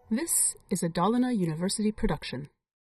This is a Dalarna University production.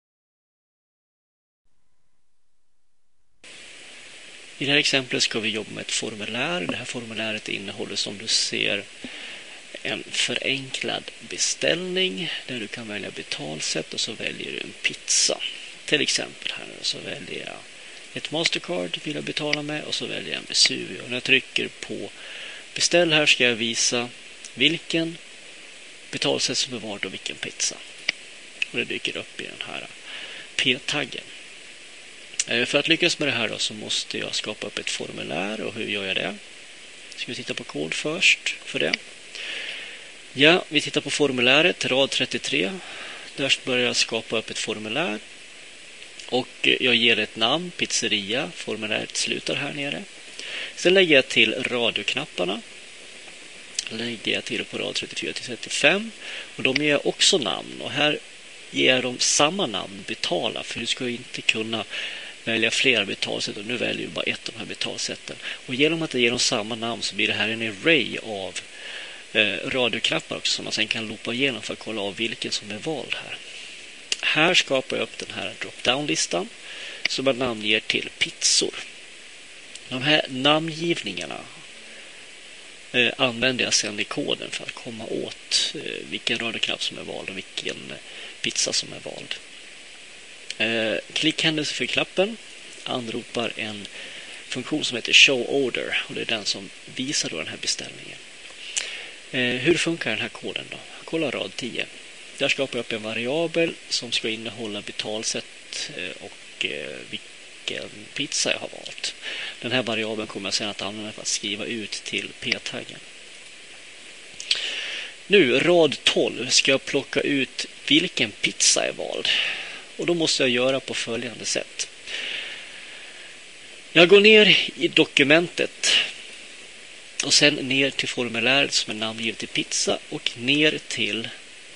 I det här exemplet ska vi jobba med ett formulär. Det här formuläret innehåller, som du ser, en förenklad beställning där du kan välja betalsätt och så väljer du en pizza. Till exempel här så väljer jag ett Mastercard vill jag betala med och så väljer jag en Vesuvio. När jag trycker på beställ här ska jag visa vilken betalsätt som är valt och vilken pizza. Och det dyker upp i den här P-taggen. För att lyckas med det här då, så måste jag skapa upp ett formulär. Och hur gör jag det? Ska vi titta på kod först för det? Ja, vi tittar på formuläret, rad 33. Där börjar jag skapa upp ett formulär. Och jag ger ett namn, pizzeria. Formuläret slutar här nere. Sen lägger jag till radioknapparna. Lägger jag till på rad 34 till 35. Och de ger jag också namn. Och här ger jag dem samma namn, betala. För du ska inte kunna välja flera betalsätt. Och nu väljer du bara ett av de här betalsätten. Och genom att jag ger dem samma namn så blir det här en array av radioknappar också. Som man sen kan loopa igenom för att kolla av vilken som är vald här. Här skapar jag upp den här drop-down-listan. Som jag namnger till pizzor. De här namngivningarna använder jag sedan i koden för att komma åt vilken radioknapp som är vald och vilken pizza som är vald. Klickhändelse för knappen anropar en funktion som heter show order och det är den som visar då den här beställningen. Hur funkar den här koden då? Kolla rad 10. Där skapar jag upp en variabel som ska innehålla betalsätt och vilken pizza jag har valt. Den här variabeln kommer jag sedan att använda för att skriva ut till p-taggen. Nu, rad 12 ska jag plocka ut vilken pizza är vald. Och då måste jag göra på följande sätt. Jag går ner i dokumentet och sen ner till formuläret som är namngivet till pizza och ner till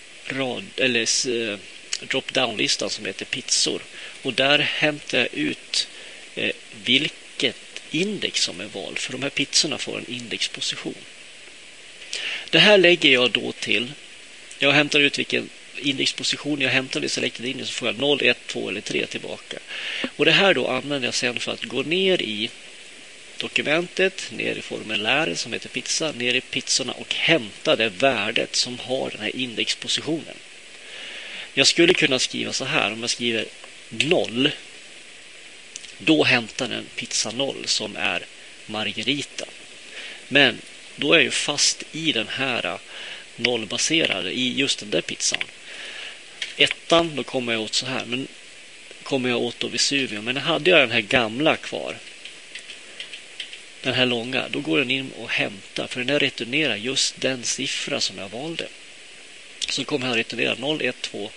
drop-down-listan som heter pizzor. Och där hämtar jag ut vilket index som är vald. För de här pizzorna får en indexposition. Det här lägger jag då till. Jag hämtar ut vilken indexposition jag hämtar i selected index så får jag 0, 1, 2 eller 3 tillbaka. Och det här då använder jag sedan för att gå ner i dokumentet, ner i formuläret som heter pizza, ner i pizzorna och hämta det värdet som har den här indexpositionen. Jag skulle kunna skriva så här, om jag skriver 0, då hämtar den pizza 0 som är margarita. Men då är jag ju fast i den här nollbaserade, i just den där pizzan. Ettan, då kommer jag åt så här, men kommer jag åt då Vesuvio. Men hade jag den här gamla kvar, den här långa, då går den in och hämtar, för den här returnerar just den siffra som jag valde. Så kommer jag returnera 0, 1, 2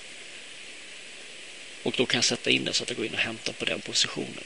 och då kan jag sätta in den så att jag går in och hämtar på den positionen.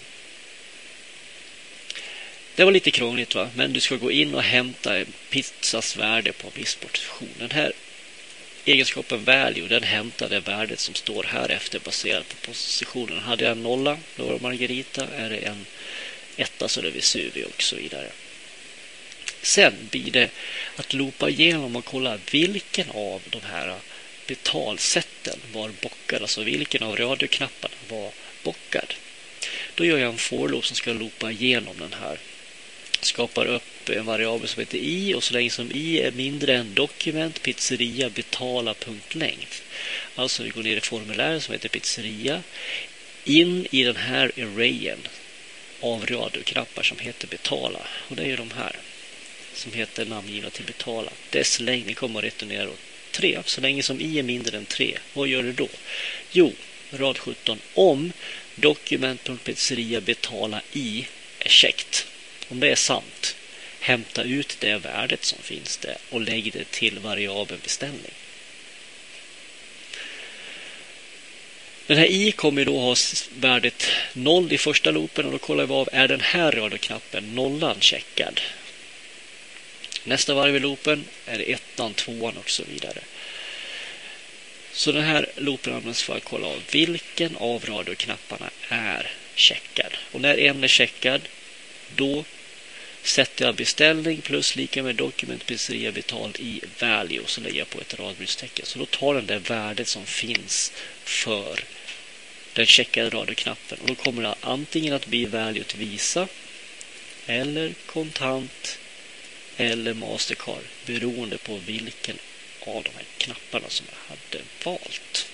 Det var lite krångligt va, men du ska gå in och hämta pizzas värde på en viss position. Den här egenskapen value, den hämtar det värdet som står här efter baserat på positionen. Hade jag en nolla, då var det margarita. Är det en etta så är det Vesuvio och så vidare. Sen blir det att loopa igenom och kolla vilken av de här betalsätten var bockad. Alltså vilken av radioknapparna var bockad. Då gör jag en for loop som ska loopa igenom den här. Skapar upp en variabel som heter i och så länge som i är mindre än dokument pizzeria betala.längd. Alltså vi går ner i formuläret som heter pizzeria in i den här arrayen av radioknappar som heter betala. Och det är de här som heter namngivna till betala. Dess längd kommer att returnera 3. Så länge som i är mindre än 3. Vad gör du då? Jo, rad 17. Om dokument.pizzeria betala i är checkt. Om det är sant, hämta ut det värdet som finns där och lägg det till variabeln beställning. Den här i kommer då ha värdet 0 i första loopen och då kollar vi av, är den här radioknappen nollan checkad. Nästa varv i loopen är det ettan, tvåan och så vidare. Så den här loopen används för att kolla av vilken av radioknapparna är checkad. Och när en är checkad, då sätter jag beställning plus lika med document pizzeria betald i value, och så lägger jag på ett radbrytstecken. Så då tar den det värdet som finns för den checkade radioknappen, och då kommer det antingen att bli value till Visa eller kontant eller Mastercard beroende på vilken av de här knapparna som jag hade valt.